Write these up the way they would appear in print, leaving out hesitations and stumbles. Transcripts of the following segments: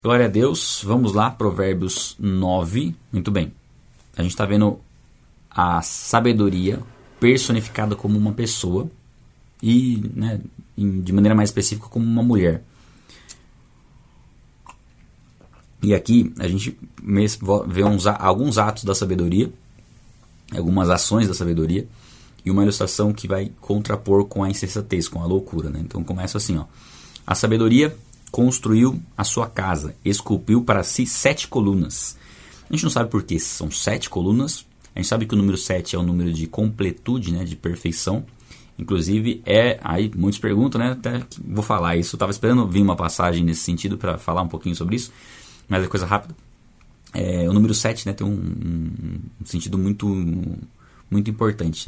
Glória a Deus, vamos lá, Provérbios 9, muito bem. A gente está vendo a sabedoria personificada como uma pessoa e, de maneira mais específica, como uma mulher. E aqui a gente vê alguns atos da sabedoria, algumas ações da sabedoria e uma ilustração que vai contrapor com a insensatez, com a loucura. Então começa assim, a sabedoria construiu a sua casa, esculpiu para si 7 colunas. A gente não sabe por que são 7 colunas. A gente sabe que o número 7 é o número de completude, de perfeição. Inclusive, aí muitos perguntam, até que vou falar isso. Eu estava esperando vir uma passagem nesse sentido para falar um pouquinho sobre isso, mas é coisa rápida. O número 7 tem um sentido muito, muito importante.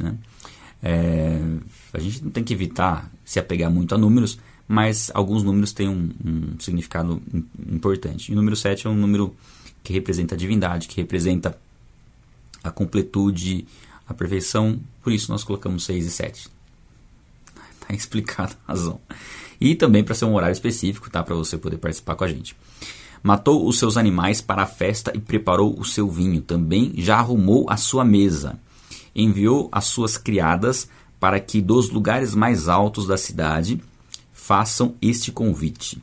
A gente não tem que evitar se apegar muito a números, mas alguns números têm um significado importante. E o número 7 é um número que representa a divindade, que representa a completude, a perfeição. Por isso nós colocamos 6 e 7. Está explicada a razão. E também para ser um horário específico, para você poder participar com a gente. Matou os seus animais para a festa e preparou o seu vinho. Também já arrumou a sua mesa. Enviou as suas criadas para que dos lugares mais altos da cidade façam este convite.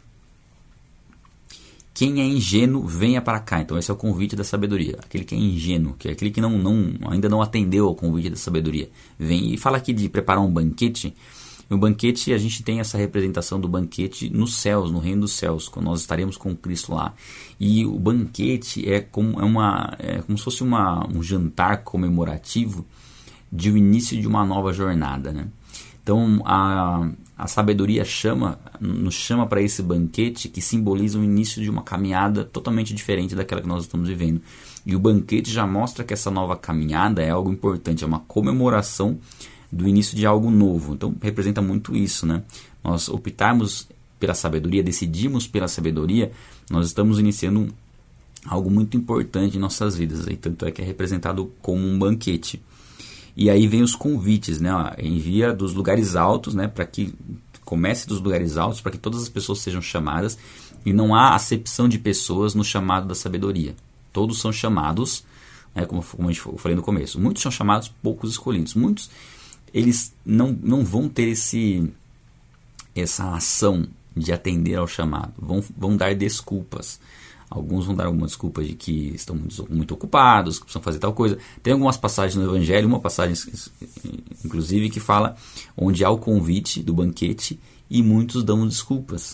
Quem é ingênuo, venha para cá. Então esse é o convite da sabedoria. Aquele que é ingênuo, que é aquele que ainda não atendeu ao convite da sabedoria. Vem e fala aqui de preparar um banquete. No banquete a gente tem essa representação do banquete nos céus, no reino dos céus, quando nós estaremos com Cristo lá. E o banquete é como se fosse um jantar comemorativo de o início de uma nova jornada, Então a sabedoria nos chama para esse banquete que simboliza o início de uma caminhada totalmente diferente daquela que nós estamos vivendo. E o banquete já mostra que essa nova caminhada é algo importante, é uma comemoração do início de algo novo. Então representa muito isso. Nós optarmos pela sabedoria, decidimos pela sabedoria, nós estamos iniciando algo muito importante em nossas vidas. Tanto é que é representado como um banquete. E aí vem os convites, envia dos lugares altos, para que comece dos lugares altos, para que todas as pessoas sejam chamadas, e não há acepção de pessoas no chamado da sabedoria. Todos são chamados, como eu falei no começo. Muitos são chamados, poucos escolhidos. Muitos, eles não vão ter essa ação de atender ao chamado, vão dar desculpas. Alguns vão dar alguma desculpa de que estão muito ocupados, que precisam fazer tal coisa. Tem algumas passagens no Evangelho, uma passagem inclusive que fala onde há o convite do banquete e muitos dão desculpas.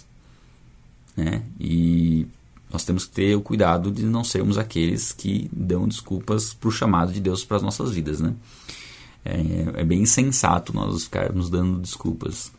E nós temos que ter o cuidado de não sermos aqueles que dão desculpas para o chamado de Deus para as nossas vidas. É bem insensato nós ficarmos dando desculpas.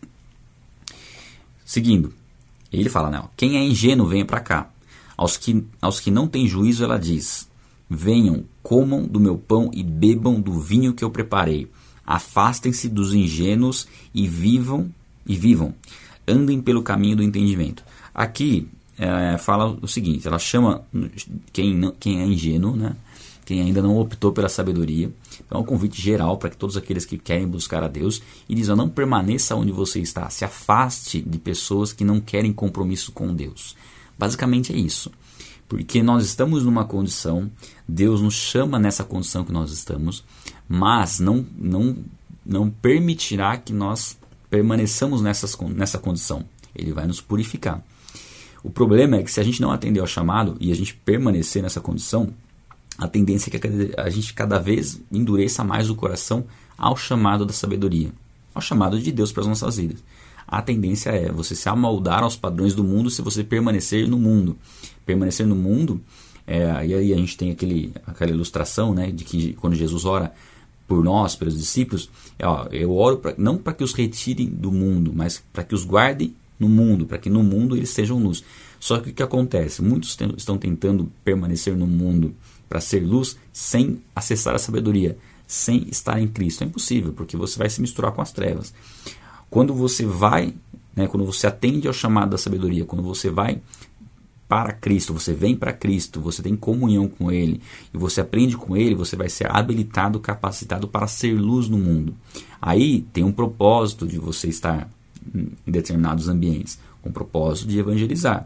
Seguindo, ele fala, quem é ingênuo, venha para cá. Aos que não têm juízo, ela diz: venham, comam do meu pão e bebam do vinho que eu preparei. Afastem-se dos ingênuos e vivam. Andem pelo caminho do entendimento. Aqui fala o seguinte: ela chama quem é ingênuo, quem ainda não optou pela sabedoria. Então é um convite geral para que todos aqueles que querem buscar a Deus. E diz: não permaneça onde você está. Se afaste de pessoas que não querem compromisso com Deus. Basicamente é isso, porque nós estamos numa condição, Deus nos chama nessa condição que nós estamos, mas não permitirá que nós permaneçamos nessa condição. Ele vai nos purificar. O problema é que se a gente não atender ao chamado e a gente permanecer nessa condição, a tendência é que a gente cada vez endureça mais o coração ao chamado da sabedoria, ao chamado de Deus para as nossas vidas. A tendência é você se amoldar aos padrões do mundo se você permanecer no mundo. Permanecer no mundo, e aí a gente tem aquela ilustração, de que quando Jesus ora por nós, pelos discípulos, eu oro não para que os retirem do mundo, mas para que os guardem no mundo, para que no mundo eles sejam luz. Só que o que acontece? Muitos estão tentando permanecer no mundo para ser luz sem acessar a sabedoria, sem estar em Cristo. É impossível, porque você vai se misturar com as trevas. Quando você vai, quando você atende ao chamado da sabedoria, quando você vai para Cristo, você vem para Cristo, você tem comunhão com Ele, e você aprende com Ele, você vai ser habilitado, capacitado para ser luz no mundo. Aí tem um propósito de você estar em determinados ambientes, com o propósito de evangelizar,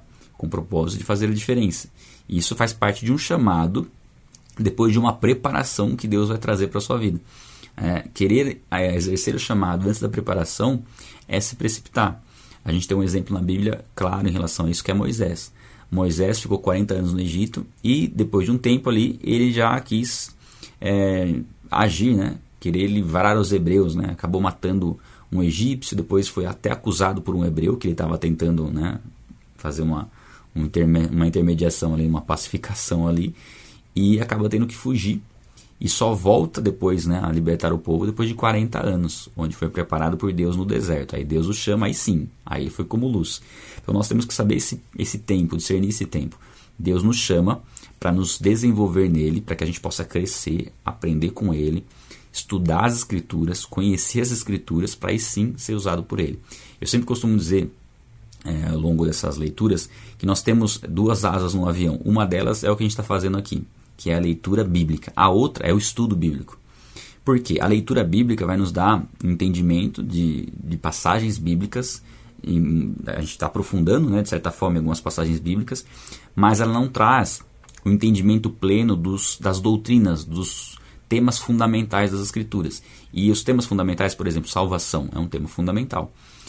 com o propósito de fazer a diferença. E isso faz parte de um chamado, depois de uma preparação que Deus vai trazer para a sua vida. Querer exercer o chamado antes da preparação é se precipitar. A gente tem um exemplo na Bíblia claro em relação a isso, que é Moisés. Moisés ficou 40 anos no Egito e depois de um tempo ali ele já quis agir, né? Querer livrar os hebreus, né? Acabou matando um egípcio, depois foi até acusado por um hebreu que ele estava tentando, né, fazer uma intermediação ali, uma pacificação ali, e acaba tendo que fugir e só volta depois, né, a libertar o povo depois de 40 anos, onde foi preparado por Deus no deserto. Aí Deus o chama, aí sim, aí foi como luz. Então nós temos que saber esse tempo, discernir esse tempo. Deus nos chama para nos desenvolver nele, para que a gente possa crescer, aprender com ele, estudar as Escrituras, conhecer as Escrituras, para aí sim ser usado por ele. Eu sempre costumo dizer, ao longo dessas leituras, que nós temos duas asas no avião. Uma delas é o que a gente está fazendo aqui, que é a leitura bíblica. A outra é o estudo bíblico. Por quê? A leitura bíblica vai nos dar entendimento de passagens bíblicas, e a gente está aprofundando, né, de certa forma, algumas passagens bíblicas, mas ela não traz o entendimento pleno das doutrinas, dos temas fundamentais das Escrituras. E os temas fundamentais, por exemplo, salvação, é um tema fundamental.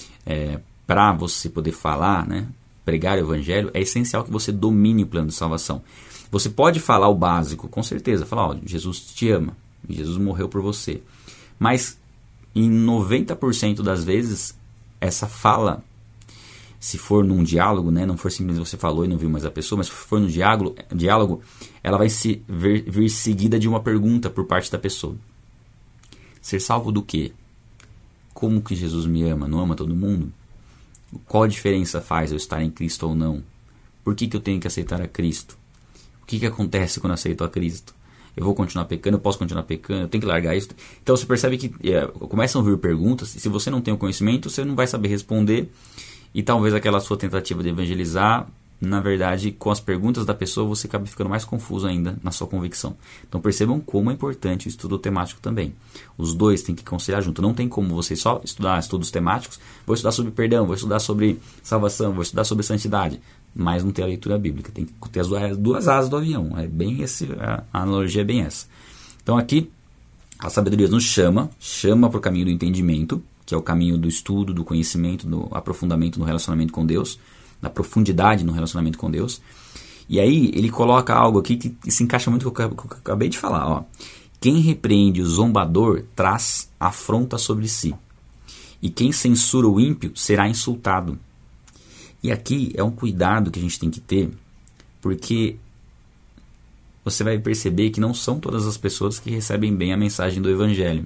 Para você poder falar, né, pregar o Evangelho, é essencial que você domine o plano de salvação. Você pode falar o básico, com certeza, falar, Jesus te ama, Jesus morreu por você. Mas em 90% das vezes, essa fala, se for num diálogo, né, não for simplesmente você falou e não viu mais a pessoa, mas se for num diálogo, ela vai vir seguida de uma pergunta por parte da pessoa. Ser salvo do quê? Como que Jesus me ama? Não ama todo mundo? Qual a diferença faz eu estar em Cristo ou não? Por que eu tenho que aceitar a Cristo? O que acontece quando eu aceito a Cristo? Eu vou continuar pecando? Eu posso continuar pecando? Eu tenho que largar isso? Então você percebe que começam a vir perguntas, e se você não tem o conhecimento, você não vai saber responder, e talvez aquela sua tentativa de evangelizar, na verdade, com as perguntas da pessoa, você acaba ficando mais confuso ainda na sua convicção. Então percebam como é importante o estudo temático também. Os dois têm que conciliar junto. Não tem como você só estudar estudos temáticos, vou estudar sobre perdão, vou estudar sobre salvação, vou estudar sobre santidade, mas não ter a leitura bíblica. Tem que ter as duas asas do avião. A analogia é bem essa. Então aqui, a sabedoria nos chama para o caminho do entendimento, que é o caminho do estudo, do conhecimento, do aprofundamento no relacionamento com Deus, da profundidade no relacionamento com Deus. E aí ele coloca algo aqui que se encaixa muito com o que eu acabei de falar. Ó. Quem repreende o zombador traz afronta sobre si, e quem censura o ímpio será insultado. E aqui é um cuidado que a gente tem que ter, porque você vai perceber que não são todas as pessoas que recebem bem a mensagem do Evangelho.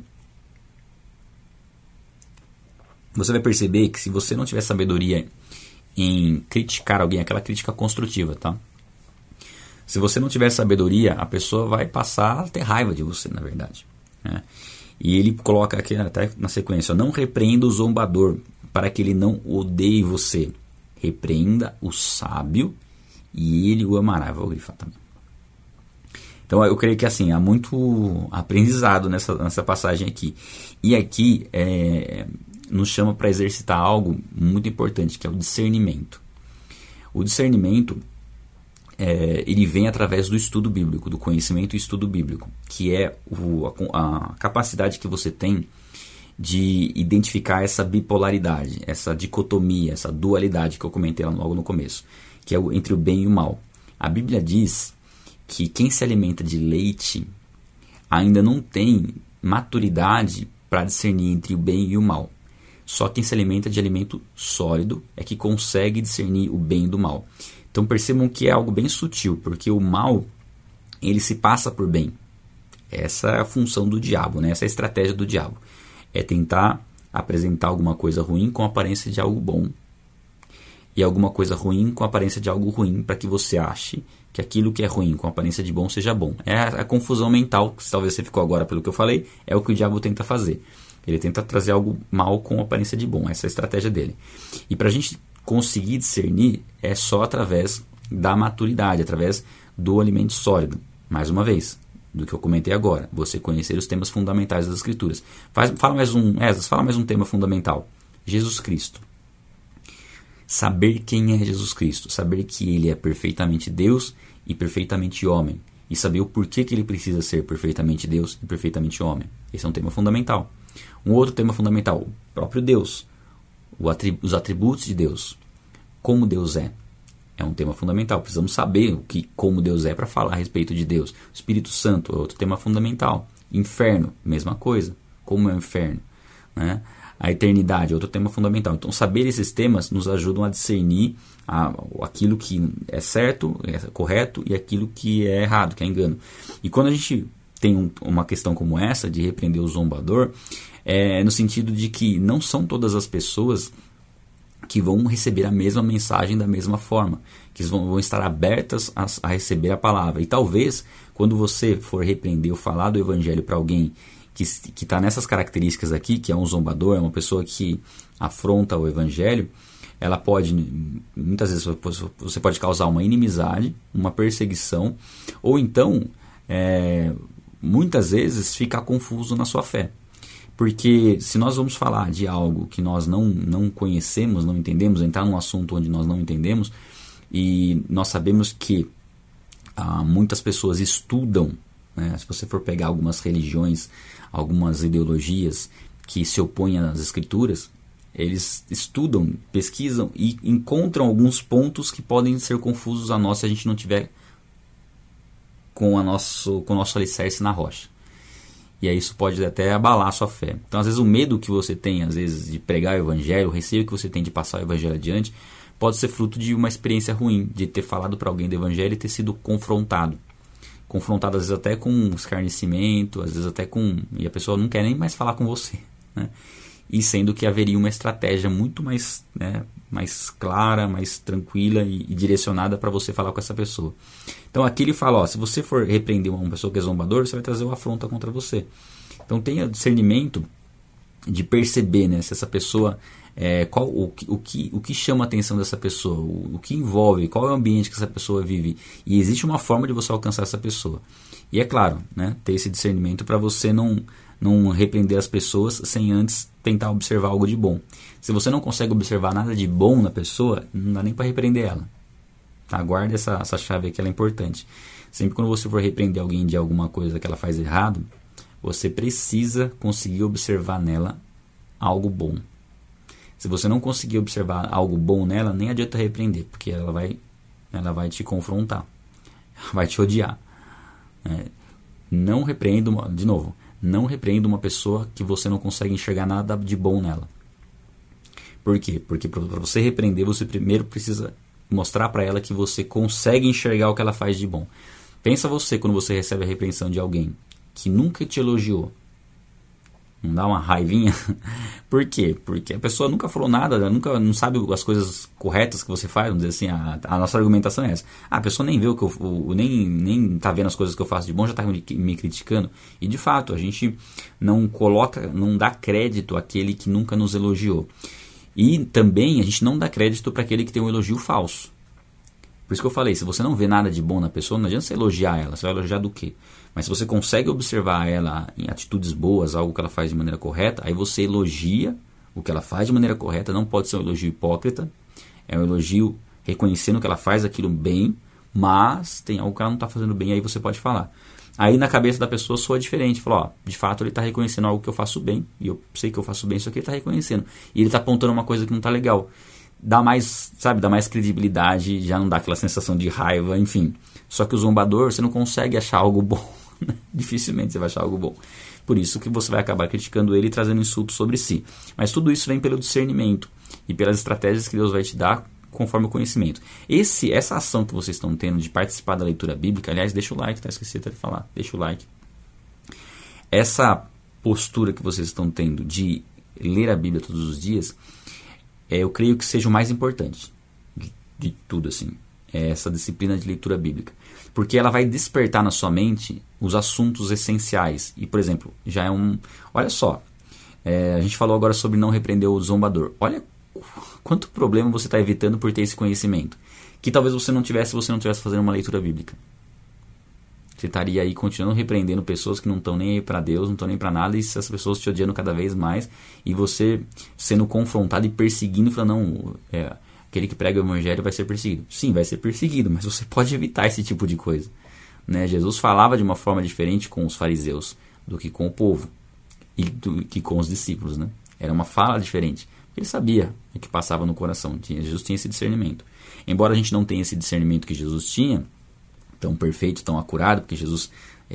Você vai perceber que se você não tiver sabedoria em criticar alguém, aquela crítica construtiva, tá? Se você não tiver sabedoria, a pessoa vai passar a ter raiva de você, na verdade. Né? E ele coloca aqui até na sequência, não repreenda o zombador, para que ele não odeie você. Repreenda o sábio e ele o amará. Vou grifar também. Então eu creio que assim, há muito aprendizado nessa passagem aqui. E aqui nos chama para exercitar algo muito importante, que é o discernimento. O discernimento, ele vem através do estudo bíblico, do conhecimento e estudo bíblico, que é a capacidade que você tem de identificar essa bipolaridade, essa dicotomia, essa dualidade que eu comentei logo no começo, que é entre o bem e o mal. A Bíblia diz que quem se alimenta de leite ainda não tem maturidade para discernir entre o bem e o mal. Só quem se alimenta de alimento sólido é que consegue discernir o bem do mal. Então percebam que é algo bem sutil, porque o mal, ele se passa por bem. Essa é a função do diabo, né? Essa é a estratégia do diabo. É tentar apresentar alguma coisa ruim com a aparência de algo bom, e alguma coisa ruim com a aparência de algo ruim, para que você ache que aquilo que é ruim com a aparência de bom seja bom. É a confusão mental, que talvez você ficou agora pelo que eu falei, é o que o diabo tenta fazer. Ele tenta trazer algo mal com aparência de bom. Essa é a estratégia dele. E para a gente conseguir discernir, é só através da maturidade, através do alimento sólido. Mais uma vez, do que eu comentei agora. Você conhecer os temas fundamentais das Escrituras. Fala mais um tema fundamental. Jesus Cristo. saber quem é Jesus Cristo, saber que ele é perfeitamente Deus e perfeitamente homem, e saber o porquê que ele precisa ser perfeitamente Deus e perfeitamente homem. Esse é um tema fundamental. Um outro tema fundamental, o próprio Deus, os atributos de Deus, como Deus é um tema fundamental. Precisamos saber como Deus é para falar a respeito de Deus. O Espírito Santo é outro tema fundamental. Inferno, mesma coisa. Como é o inferno, né? A eternidade é outro tema fundamental. Então, saber esses temas nos ajudam a discernir aquilo que é certo, é correto, e aquilo que é errado, que é engano. E quando a gente tem uma questão como essa, de repreender o zombador, é no sentido de que não são todas as pessoas que vão receber a mesma mensagem da mesma forma, que vão estar abertas a receber a palavra. E talvez, quando você for repreender ou falar do evangelho para alguém que está nessas características aqui, que é um zombador, é uma pessoa que afronta o evangelho, ela pode, muitas vezes você pode causar uma inimizade, uma perseguição, ou então, muitas vezes, ficar confuso na sua fé. Porque se nós vamos falar de algo que nós não conhecemos, não entendemos, entrar num assunto onde nós não entendemos, e nós sabemos que muitas pessoas estudam, né? Se você for pegar algumas religiões, algumas ideologias que se opõem às escrituras, eles estudam, pesquisam e encontram alguns pontos que podem ser confusos a nós se a gente não tiver com o nosso alicerce na rocha. E aí isso pode até abalar a sua fé. Então, às vezes, o medo que você tem, às vezes, de pregar o evangelho, o receio que você tem de passar o evangelho adiante, pode ser fruto de uma experiência ruim, de ter falado para alguém do evangelho e ter sido confrontado. Confrontado, às vezes, até com escarnecimento, às vezes até e a pessoa não quer nem mais falar com você, né? E sendo que haveria uma estratégia muito mais, né, mais clara, mais tranquila e direcionada para você falar com essa pessoa. Então aqui ele fala, se você for repreender uma pessoa que é zombador, você vai trazer uma afronta contra você. Então tenha discernimento de perceber, né, se essa pessoa, o que chama a atenção dessa pessoa, o que envolve, qual é o ambiente que essa pessoa vive. E existe uma forma de você alcançar essa pessoa. E é claro, né, ter esse discernimento para você não repreender as pessoas sem antes tentar observar algo de bom. Se você não consegue observar nada de bom na pessoa, não dá nem para repreender ela. Tá? Guarda essa chave aqui, ela é importante. Sempre quando você for repreender alguém de alguma coisa que ela faz errado, você precisa conseguir observar nela algo bom. Se você não conseguir observar algo bom nela, nem adianta repreender, porque ela vai te confrontar, vai te odiar. Não repreenda, de novo, não repreenda uma pessoa que você não consegue enxergar nada de bom nela. Por quê? Porque para você repreender, você primeiro precisa mostrar para ela que você consegue enxergar o que ela faz de bom. Pensa você quando você recebe a repreensão de alguém que nunca te elogiou. Não dá uma raivinha? Por quê? Porque a pessoa nunca falou nada, ela não sabe as coisas corretas que você faz, vamos dizer assim, a nossa argumentação é essa. A pessoa nem vê nem tá vendo as coisas que eu faço de bom, já está me criticando. E de fato, a gente não dá crédito àquele que nunca nos elogiou. E também a gente não dá crédito para aquele que tem um elogio falso. Por isso que eu falei, se você não vê nada de bom na pessoa, não adianta você elogiar ela, você vai elogiar do quê? Mas se você consegue observar ela em atitudes boas, algo que ela faz de maneira correta, aí você elogia o que ela faz de maneira correta. Não pode ser um elogio hipócrita, é um elogio reconhecendo que ela faz aquilo bem, mas tem algo que ela não está fazendo bem, aí você pode falar. Aí na cabeça da pessoa soa diferente, fala, de fato ele está reconhecendo algo que eu faço bem, e eu sei que eu faço bem, isso aqui ele está reconhecendo, e ele está apontando uma coisa que não está legal. Dá mais credibilidade, já não dá aquela sensação de raiva, enfim. Só que o zombador, você não consegue achar algo bom. Dificilmente você vai achar algo bom. Por isso que você vai acabar criticando ele e trazendo insultos sobre si. Mas tudo isso vem pelo discernimento e pelas estratégias que Deus vai te dar conforme o conhecimento. Essa ação que vocês estão tendo de participar da leitura bíblica, aliás, deixa o like, esqueci até de falar, deixa o like. Essa postura que vocês estão tendo de ler a Bíblia todos os dias, eu creio que seja o mais importante de tudo, assim. É essa disciplina de leitura bíblica. Porque ela vai despertar na sua mente os assuntos essenciais. E, por exemplo, já é olha só, a gente falou agora sobre não repreender o zombador. Olha quanto problema você está evitando por ter esse conhecimento. Que talvez você não tivesse se você não estivesse fazendo uma leitura bíblica. Você estaria aí continuando repreendendo pessoas que não estão nem aí para Deus, não estão nem para nada, e essas pessoas te odiando cada vez mais, e você sendo confrontado e perseguindo, falando, não, aquele que prega o evangelho vai ser perseguido. Sim, vai ser perseguido, mas você pode evitar esse tipo de coisa. Né? Jesus falava de uma forma diferente com os fariseus do que com o povo e do que com os discípulos. Né? Era uma fala diferente. Ele sabia o que passava no coração. Jesus tinha esse discernimento. Embora a gente não tenha esse discernimento que Jesus tinha, tão perfeito, tão acurado, porque Jesus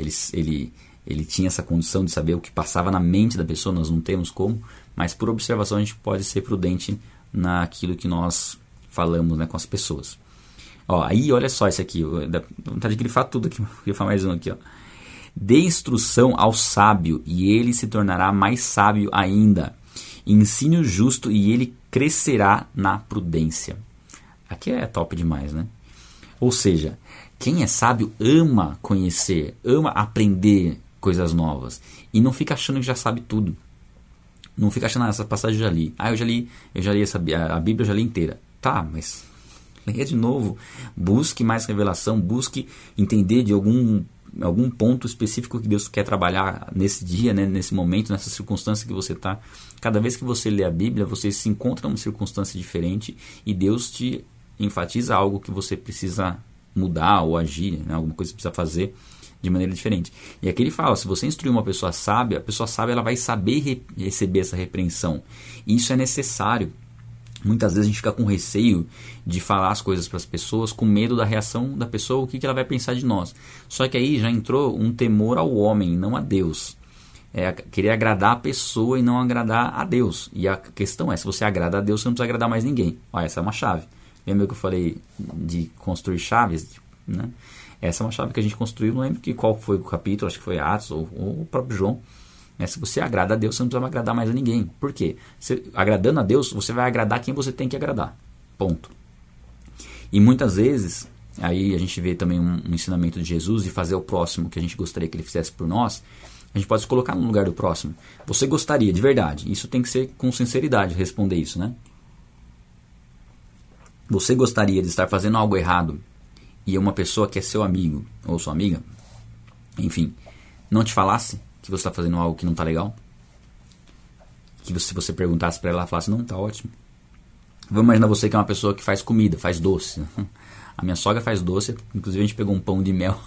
ele tinha essa condição de saber o que passava na mente da pessoa, nós não temos como, mas por observação a gente pode ser prudente naquilo que nós falamos, né, com as pessoas. Ó, aí olha só isso aqui, dá vontade de grifar tudo aqui, vou grifar mais um aqui. Ó. Dê instrução ao sábio e ele se tornará mais sábio ainda. Ensine o justo e ele crescerá na prudência. Aqui é top demais, né? Ou seja, quem é sábio ama conhecer, ama aprender coisas novas e não fica achando que já sabe tudo. Não fica achando, essa passagem eu já li. Eu já li a Bíblia eu já li inteira. Tá, mas leia de novo. Busque mais revelação, busque entender de algum ponto específico que Deus quer trabalhar nesse dia, né, nesse momento, nessa circunstância que você está. Cada vez que você lê a Bíblia, você se encontra numa circunstância diferente e Deus te enfatiza algo que você precisa mudar ou agir, né, alguma coisa que você precisa fazer de maneira diferente. E aqui ele fala, se você instruir uma pessoa sábia, a pessoa sábia ela vai saber receber essa repreensão. E isso é necessário. Muitas vezes a gente fica com receio de falar as coisas para as pessoas, com medo da reação da pessoa, o que ela vai pensar de nós. Só que aí já entrou um temor ao homem, não a Deus. Querer agradar a pessoa e não agradar a Deus. E a questão é, se você agrada a Deus, você não precisa agradar mais ninguém. Olha, essa é uma chave. Lembra que eu falei de construir chaves? Né? Essa é uma chave que a gente construiu, não lembro qual foi o capítulo, acho que foi Atos ou o próprio João. Se você agrada a Deus, você não precisa agradar mais a ninguém. Por quê? Agradando a Deus, você vai agradar quem você tem que agradar. Ponto. E muitas vezes, aí a gente vê também um ensinamento de Jesus de fazer o próximo que a gente gostaria que ele fizesse por nós. A gente pode se colocar no lugar do próximo. Você gostaria, de verdade, isso tem que ser com sinceridade, responder isso, né? Você gostaria de estar fazendo algo errado e uma pessoa que é seu amigo ou sua amiga, enfim, não te falasse que você está fazendo algo que não está legal? Que se você perguntasse para ela falasse, não, está ótimo. Vamos imaginar você que é uma pessoa que faz comida, faz doce. A minha sogra faz doce, inclusive a gente pegou um pão de mel.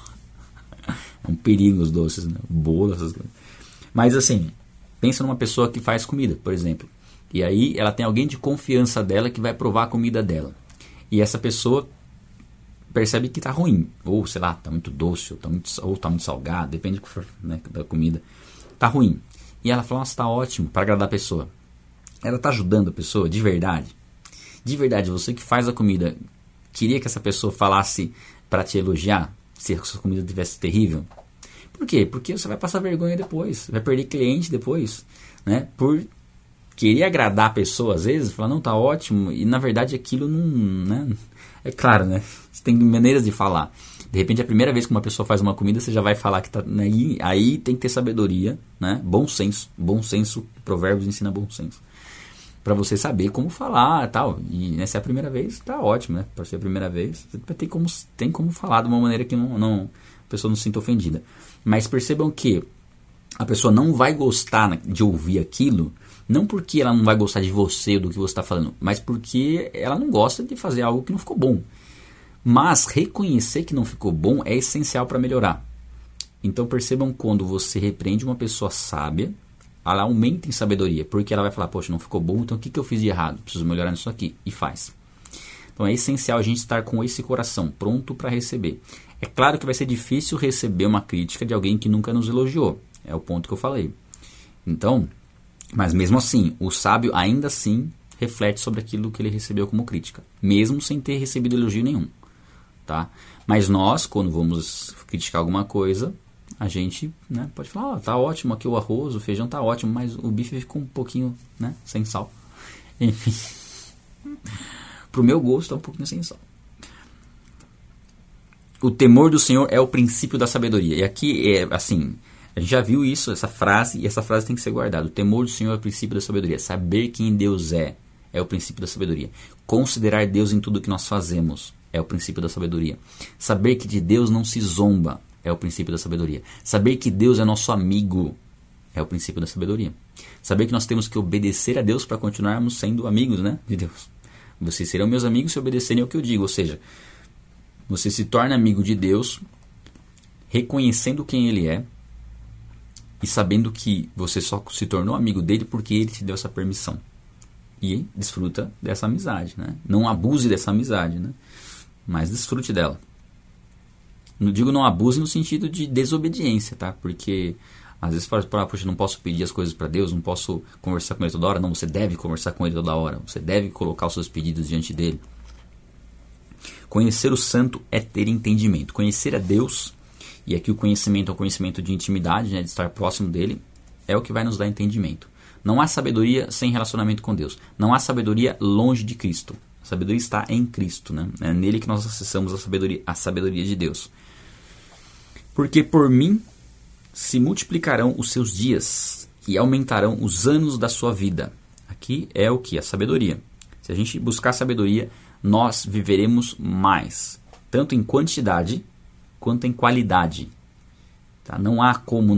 É um perigo os doces, né? Bolo, essas coisas. Mas assim, pensa numa pessoa que faz comida, por exemplo. E aí ela tem alguém de confiança dela que vai provar a comida dela. E essa pessoa percebe que está ruim. Ou, sei lá, está muito doce, ou está muito salgado, depende do que for, né, da comida. Está ruim. E ela fala, nossa, está ótimo, para agradar a pessoa. Ela está ajudando a pessoa, de verdade. De verdade, você que faz a comida, queria que essa pessoa falasse para te elogiar, se a sua comida tivesse terrível? Por quê? Porque você vai passar vergonha depois, vai perder cliente depois, né? Por querer agradar a pessoa, às vezes, falar, não, tá ótimo, e na verdade aquilo não, né? É claro, né? Você tem maneiras de falar. De repente, a primeira vez que uma pessoa faz uma comida, você já vai falar que tá... Né? Aí tem que ter sabedoria, né? Bom senso. Bom senso, Provérbios ensina bom senso. Para você saber como falar e tal. E né, se é a primeira vez, tá ótimo, né? Para ser a primeira vez, você tem como falar de uma maneira que a pessoa não se sinta ofendida. Mas percebam que a pessoa não vai gostar de ouvir aquilo, não porque ela não vai gostar de você ou do que você está falando, mas porque ela não gosta de fazer algo que não ficou bom. Mas reconhecer que não ficou bom é essencial para melhorar. Então percebam, quando você repreende uma pessoa sábia, ela aumenta em sabedoria, porque ela vai falar, poxa, não ficou bom, então o que eu fiz de errado? Preciso melhorar nisso aqui, e faz. Então é essencial a gente estar com esse coração pronto para receber. É claro que vai ser difícil receber uma crítica de alguém que nunca nos elogiou, é o ponto que eu falei. Então, mas mesmo assim, o sábio ainda assim reflete sobre aquilo que ele recebeu como crítica, mesmo sem ter recebido elogio nenhum. Tá? Mas nós, quando vamos criticar alguma coisa, a gente, né, pode falar, tá ótimo aqui o arroz, o feijão tá ótimo, mas o bife ficou um pouquinho, né, sem sal. Enfim, pro meu gosto tá um pouquinho sem sal. O temor do Senhor é o princípio da sabedoria. E aqui é assim, a gente já viu isso, essa frase, e essa frase tem que ser guardada. O temor do Senhor é o princípio da sabedoria. Saber quem Deus é o princípio da sabedoria. Considerar Deus em tudo que nós fazemos é o princípio da sabedoria. Saber que de Deus não se zomba é o princípio da sabedoria. Saber que Deus é nosso amigo é o princípio da sabedoria. Saber que nós temos que obedecer a Deus para continuarmos sendo amigos, né, de Deus. Vocês serão meus amigos se obedecerem ao que eu digo. Ou seja, você se torna amigo de Deus, reconhecendo quem Ele é e sabendo que você só se tornou amigo dele porque Ele te deu essa permissão. E desfruta dessa amizade, né? Não abuse dessa amizade, né? Mas desfrute dela. Não digo não abuse no sentido de desobediência, tá? Porque às vezes fala, poxa, não posso pedir as coisas para Deus, não posso conversar com Ele toda hora. Não, você deve conversar com Ele toda hora. Você deve colocar os seus pedidos diante dele. Conhecer o santo é ter entendimento. Conhecer a Deus, e aqui o conhecimento é o conhecimento de intimidade, né, de estar próximo dele, é o que vai nos dar entendimento. Não há sabedoria sem relacionamento com Deus. Não há sabedoria longe de Cristo. A sabedoria está em Cristo, né? É nele que nós acessamos a sabedoria de Deus. Porque por mim se multiplicarão os seus dias e aumentarão os anos da sua vida. Aqui é o que? A sabedoria. Se a gente buscar sabedoria, nós viveremos mais, tanto em quantidade quanto em qualidade. Tá? Não há como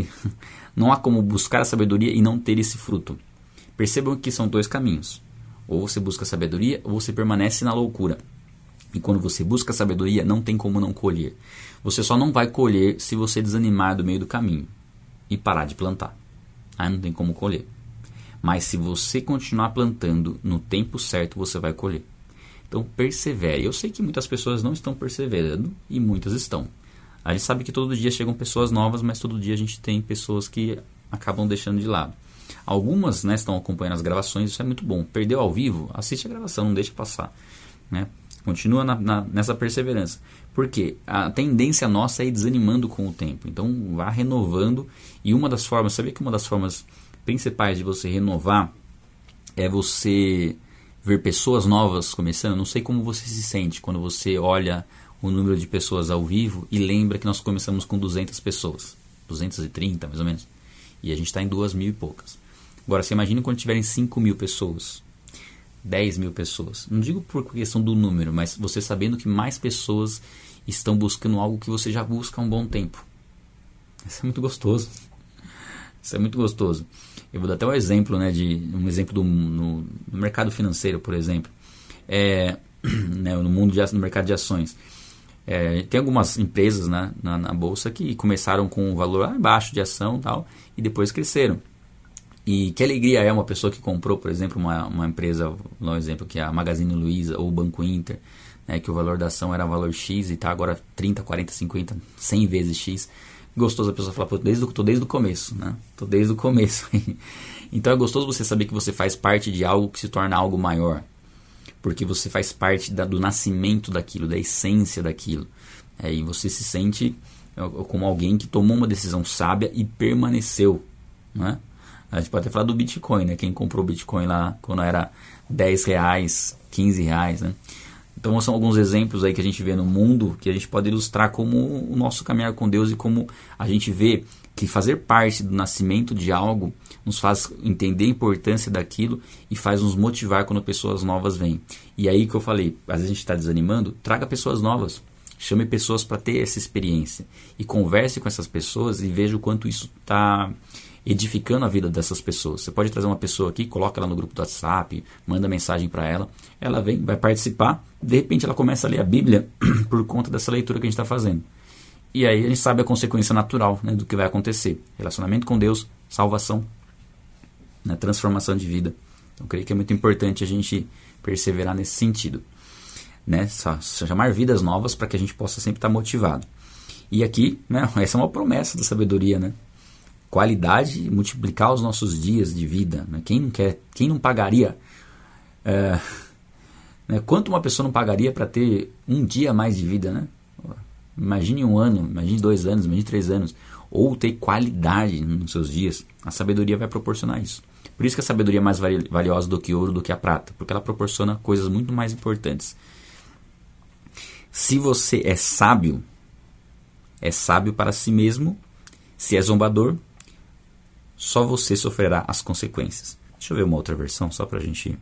buscar a sabedoria e não ter esse fruto. Percebam que são dois caminhos. Ou você busca a sabedoria ou você permanece na loucura. E quando você busca a sabedoria, não tem como não colher. Você só não vai colher se você desanimar do meio do caminho e parar de plantar. Aí não tem como colher. Mas se você continuar plantando no tempo certo, você vai colher. Então persevere. Eu sei que muitas pessoas não estão perseverando e muitas estão. A gente sabe que todo dia chegam pessoas novas, mas todo dia a gente tem pessoas que acabam deixando de lado. Algumas, né, estão acompanhando as gravações, isso é muito bom. Perdeu ao vivo? Assiste a gravação, não deixa passar, né? Continua nessa perseverança. Porque a tendência nossa é ir desanimando com o tempo. Então vá renovando. E uma das formas, sabia que uma das formas principais de você renovar é você ver pessoas novas começando? Não sei como você se sente quando você olha o número de pessoas ao vivo e lembra que nós começamos com 200 pessoas. 230 mais ou menos. E a gente está em 2.000 e poucas. Agora você imagina quando tiverem 5.000 pessoas. 10.000 pessoas. Não digo por questão do número, mas você sabendo que mais pessoas estão buscando algo que você já busca há um bom tempo. Isso é muito gostoso. Isso é muito gostoso. Eu vou dar até um exemplo, né, um exemplo no mercado financeiro, por exemplo. Né, no mercado de ações. Tem algumas empresas, né, na bolsa que começaram com um valor baixo de ação e tal, e depois cresceram. E que alegria é uma pessoa que comprou, por exemplo, uma empresa, vou dar um exemplo, que é a Magazine Luiza ou o Banco Inter, né, que o valor da ação era valor X e está agora 30, 40, 50, 100 vezes X. Gostoso a pessoa falar, estou desde o começo, né? Estou desde o começo. Então é gostoso você saber que você faz parte de algo que se torna algo maior. Porque você faz parte do nascimento daquilo, da essência daquilo. E você se sente como alguém que tomou uma decisão sábia e permaneceu, né? A gente pode até falar do Bitcoin, né? Quem comprou o Bitcoin lá quando era R$10, R$15, né? Então são alguns exemplos aí que a gente vê no mundo que a gente pode ilustrar como o nosso caminhar com Deus e como a gente vê que fazer parte do nascimento de algo nos faz entender a importância daquilo e faz nos motivar quando pessoas novas vêm. E aí que eu falei, às vezes a gente está desanimando, traga pessoas novas, chame pessoas para ter essa experiência e converse com essas pessoas e veja o quanto isso está edificando a vida dessas pessoas. Você pode trazer uma pessoa aqui, coloca ela no grupo do WhatsApp, manda mensagem para ela vem, vai participar, de repente ela começa a ler a Bíblia por conta dessa leitura que a gente está fazendo. E aí a gente sabe a consequência natural, né, do que vai acontecer. Relacionamento com Deus, salvação, né, transformação de vida. Então creio que é muito importante a gente perseverar nesse sentido, né, chamar vidas novas para que a gente possa sempre estar motivado. E aqui, né, essa é uma promessa da sabedoria, né? Qualidade e multiplicar os nossos dias de vida, né? Quem não pagaria, né? Quanto uma pessoa não pagaria para ter um dia a mais de vida, né? Imagine 1 ano, imagine 2 anos, imagine 3 anos, ou ter qualidade nos seus dias. A sabedoria vai proporcionar isso. Por isso que a sabedoria é mais valiosa do que ouro, do que a prata, porque ela proporciona coisas muito mais importantes. Se você é sábio para si mesmo. Se é zombador, só você sofrerá as consequências. Deixa eu ver uma outra versão, só para a gente...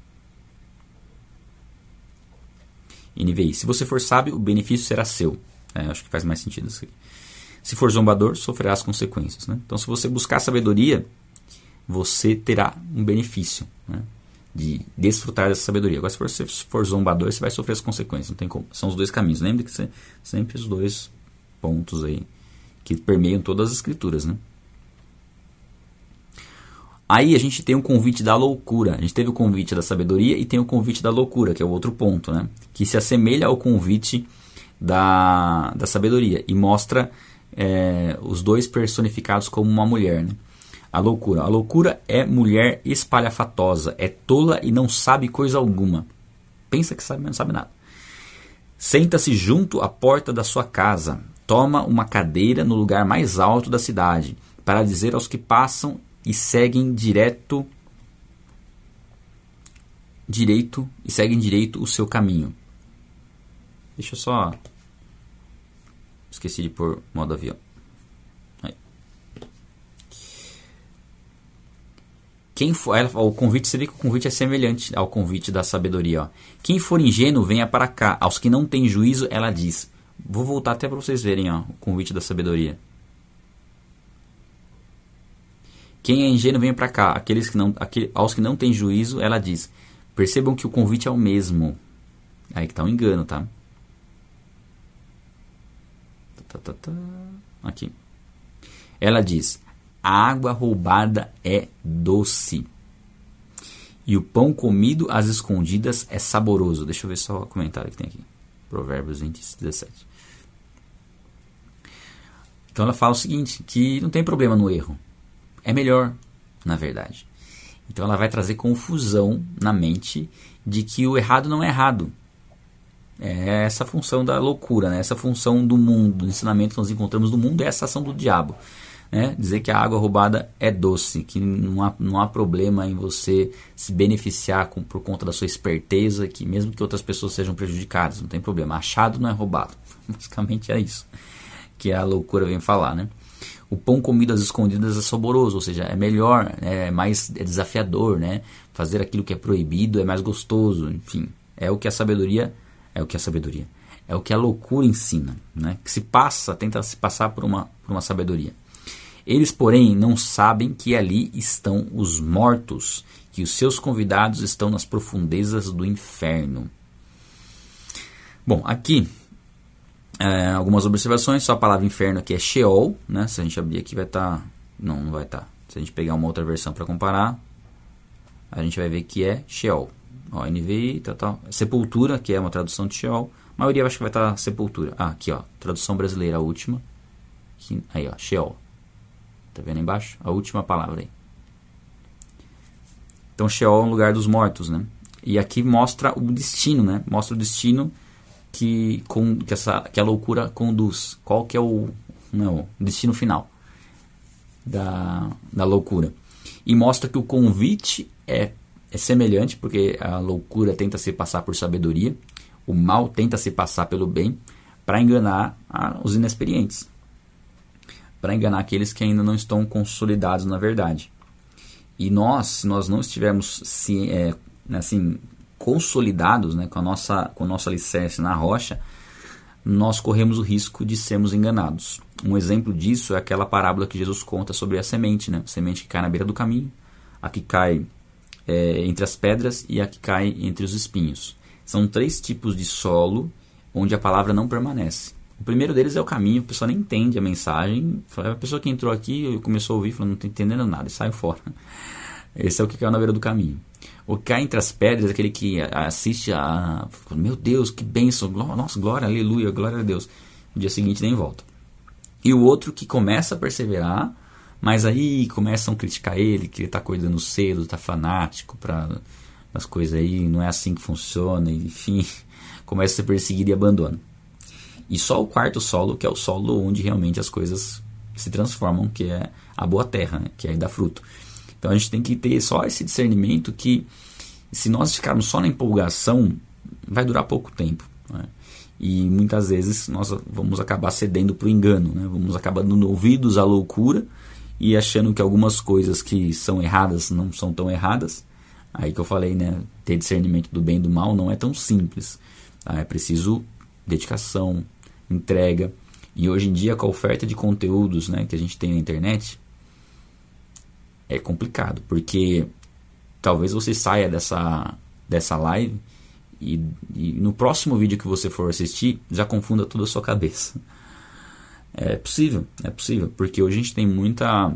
NVI. Se você for sábio, o benefício será seu. Acho que faz mais sentido isso aqui. Se for zombador, sofrerá as consequências, né? Então, se você buscar sabedoria, você terá um benefício, né? de desfrutar dessa sabedoria. Agora, se você for zombador, você vai sofrer as consequências. Não tem como. São os dois caminhos. Lembre que sempre os dois pontos aí que permeiam todas as escrituras, né? Aí a gente tem o convite da loucura. A gente teve o convite da sabedoria e tem o convite da loucura, que é o outro ponto, né? Que se assemelha ao convite da sabedoria e mostra os dois personificados como uma mulher, né? A loucura. A loucura é mulher espalhafatosa, é tola e não sabe coisa alguma. Pensa que sabe, mas não sabe nada. Senta-se junto à porta da sua casa, toma uma cadeira no lugar mais alto da cidade, para dizer aos que passam e seguem direito o seu caminho. Deixa eu só... Esqueci de pôr modo avião. Aí. O convite, você vê que o convite é semelhante ao convite da sabedoria. Ó. Quem for ingênuo, venha para cá. Aos que não têm juízo, ela diz. Vou voltar até para vocês verem ó, o convite da sabedoria. Quem é ingênuo, venha para cá. Aos que não têm juízo, ela diz. Percebam que o convite é o mesmo. Aí que está um engano, tá? Aqui. Ela diz: a água roubada é doce e o pão comido às escondidas é saboroso. Deixa eu ver só o comentário que tem aqui. Provérbios 20:17. Então ela fala o seguinte, que não tem problema no erro. É melhor, na verdade. Então ela vai trazer confusão na mente de que o errado não é errado. É essa função da loucura, né? Essa função do mundo, do ensinamento que nós encontramos no mundo é essa ação do diabo. Né? Dizer que a água roubada é doce, que não há problema em você se beneficiar por conta da sua esperteza, que mesmo que outras pessoas sejam prejudicadas, não tem problema. Achado não é roubado. Basicamente é isso que a loucura vem falar, né? O pão comido às escondidas é saboroso, ou seja, é melhor, é desafiador, né? Fazer aquilo que é proibido é mais gostoso, enfim, é o que a loucura ensina, né? Que tenta se passar por uma sabedoria. Eles, porém, não sabem que ali estão os mortos, que os seus convidados estão nas profundezas do inferno. Bom, aqui algumas observações. Só a palavra inferno aqui é Sheol, né? Se a gente abrir aqui vai estar... Não vai estar. Se a gente pegar uma outra versão para comparar, a gente vai ver que é Sheol. Ó, NVI, tal. Sepultura, que é uma tradução de Sheol. A maioria eu acho que vai estar sepultura. Aqui, ó, tradução brasileira, a última. Aí, ó, Sheol. Tá vendo embaixo? A última palavra aí. Então, Sheol é um lugar dos mortos, né? E aqui mostra o destino, né? Mostra o destino que a loucura conduz. Qual que é o destino final da loucura. E mostra que o convite é semelhante, porque a loucura tenta se passar por sabedoria, o mal tenta se passar pelo bem, para enganar os inexperientes, para enganar aqueles que ainda não estão consolidados na verdade. E se nós não estivermos assim, consolidados, né, com o nosso alicerce na rocha, nós corremos o risco de sermos enganados. Um exemplo disso é aquela parábola que Jesus conta sobre a semente, né? A semente que cai na beira do caminho, a que cai entre as pedras e a que cai entre os espinhos. São 3 tipos de solo onde a palavra não permanece. O primeiro deles é o caminho, a pessoa nem entende a mensagem. A pessoa que entrou aqui e começou a ouvir, falou, não estou entendendo nada, e saiu fora. Esse é o que caiu na beira do caminho. O que cai entre as pedras é aquele que assiste meu Deus, que bênção, nossa, glória, aleluia, glória a Deus. No dia seguinte nem volta. E o outro que começa a perseverar, mas aí começam a criticar ele, que ele está acordando cedo, está fanático para as coisas aí, não é assim que funciona, enfim, começa a ser perseguido e abandona. E só o quarto solo, que é o solo onde realmente as coisas se transformam, que é a boa terra, né? Que é dar fruto. Então a gente tem que ter só esse discernimento que, se nós ficarmos só na empolgação, vai durar pouco tempo, né? E muitas vezes nós vamos acabar cedendo para o engano, né? Vamos acabar dando ouvidos à loucura e achando que algumas coisas que são erradas não são tão erradas. Aí que eu falei, né? Ter discernimento do bem e do mal não é tão simples, tá? É preciso dedicação, entrega. E hoje em dia, com a oferta de conteúdos, né, que a gente tem na internet, é complicado, porque talvez você saia dessa live e no próximo vídeo que você for assistir, já confunda toda a sua cabeça. É possível, porque hoje a gente tem muita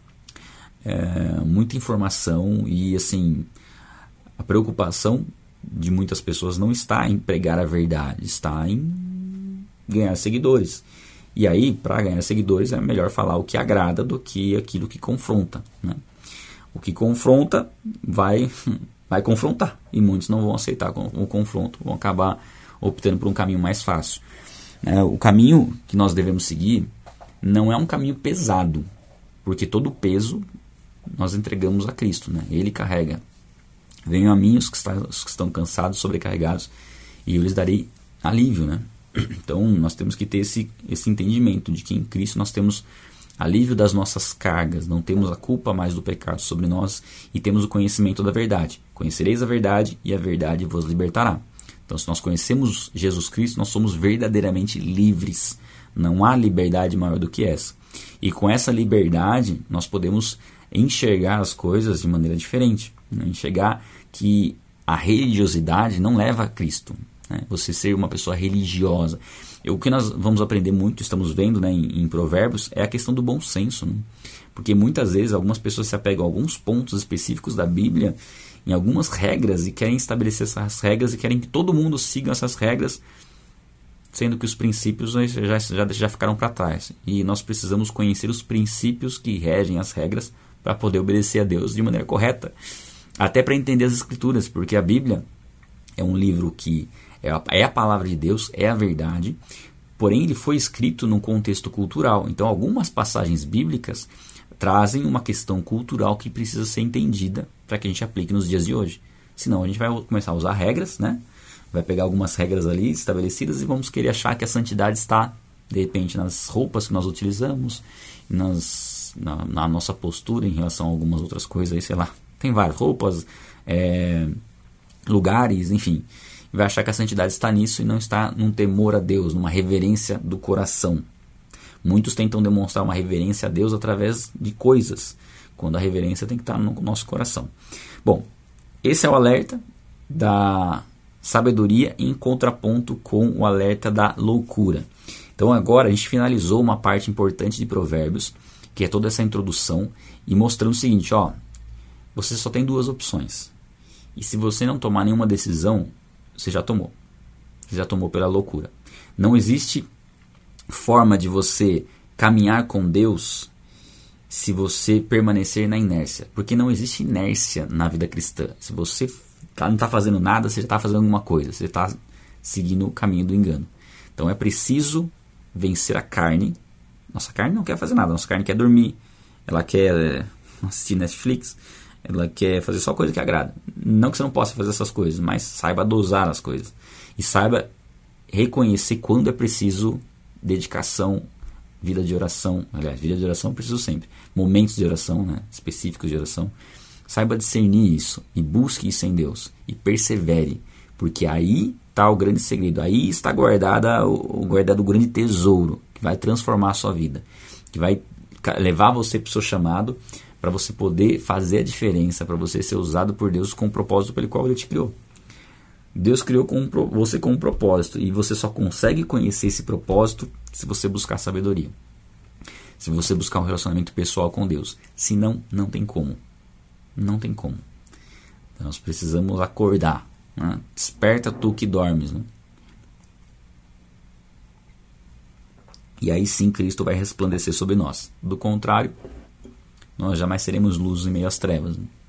informação e assim, a preocupação de muitas pessoas não está em pregar a verdade, está em ganhar seguidores. E aí, para ganhar seguidores, é melhor falar o que agrada do que aquilo que confronta, né? O que confronta vai confrontar, e muitos não vão aceitar o confronto, vão acabar optando por um caminho mais fácil. O caminho que nós devemos seguir não é um caminho pesado, porque todo o peso nós entregamos a Cristo, né? Ele carrega. Venham a mim os que estão cansados, sobrecarregados, e eu lhes darei alívio, né? Então nós temos que ter esse entendimento de que em Cristo nós temos alívio das nossas cargas, não temos a culpa mais do pecado sobre nós e temos o conhecimento da verdade. Conhecereis a verdade e a verdade vos libertará. Então, se nós conhecemos Jesus Cristo, nós somos verdadeiramente livres. Não há liberdade maior do que essa. E com essa liberdade, nós podemos enxergar as coisas de maneira diferente. Né? Enxergar que a religiosidade não leva a Cristo. Né? Você ser uma pessoa religiosa. O que nós vamos aprender muito, estamos vendo, né, em Provérbios, é a questão do bom senso. Né? Porque muitas vezes algumas pessoas se apegam a alguns pontos específicos da Bíblia, em algumas regras, e querem estabelecer essas regras e querem que todo mundo siga essas regras, sendo que os princípios já ficaram para trás. E nós precisamos conhecer os princípios que regem as regras para poder obedecer a Deus de maneira correta. Até para entender as Escrituras, porque a Bíblia é um livro que é a palavra de Deus, é a verdade, porém ele foi escrito num contexto cultural. Então algumas passagens bíblicas trazem uma questão cultural que precisa ser entendida para que a gente aplique nos dias de hoje. Senão a gente vai começar a usar regras, né? Vai pegar algumas regras ali estabelecidas e vamos querer achar que a santidade está, de repente, nas roupas que nós utilizamos, na nossa postura em relação a algumas outras coisas aí, sei lá. Tem várias roupas, lugares, enfim. Vai achar que a santidade está nisso e não está num temor a Deus, numa reverência do coração. Muitos tentam demonstrar uma reverência a Deus através de coisas, quando a reverência tem que estar no nosso coração. Bom, esse é o alerta da sabedoria em contraponto com o alerta da loucura. Então agora a gente finalizou uma parte importante de Provérbios, que é toda essa introdução, e mostrando o seguinte, você só tem duas opções. E se você não tomar nenhuma decisão, você já tomou. Você já tomou pela loucura. Não existe forma de você caminhar com Deus se você permanecer na inércia. Porque não existe inércia na vida cristã. Se você não está fazendo nada, você já está fazendo alguma coisa. Você está seguindo o caminho do engano. Então é preciso vencer a carne. Nossa carne não quer fazer nada. Nossa carne quer dormir. Ela quer assistir Netflix. Ela quer fazer só coisa que agrada. Não que você não possa fazer essas coisas, mas saiba dosar as coisas. E saiba reconhecer quando é preciso dedicação, vida de oração. Aliás, vida de oração eu preciso sempre. Momentos de oração, né, específicos de oração. Saiba discernir isso e busque isso em Deus. E persevere, porque aí está o grande segredo. Aí está guardado o grande tesouro que vai transformar a sua vida. Que vai levar você para o seu chamado, para você poder fazer a diferença, para você ser usado por Deus com o propósito pelo qual Ele te criou. Deus criou você com um propósito, e você só consegue conhecer esse propósito se você buscar sabedoria. Se você buscar um relacionamento pessoal com Deus. Senão, não tem como. Não tem como. Então, nós precisamos acordar. Né? Desperta tu que dormes. Né? E aí sim Cristo vai resplandecer sobre nós. Do contrário, nós jamais seremos luz em meio às trevas. Né?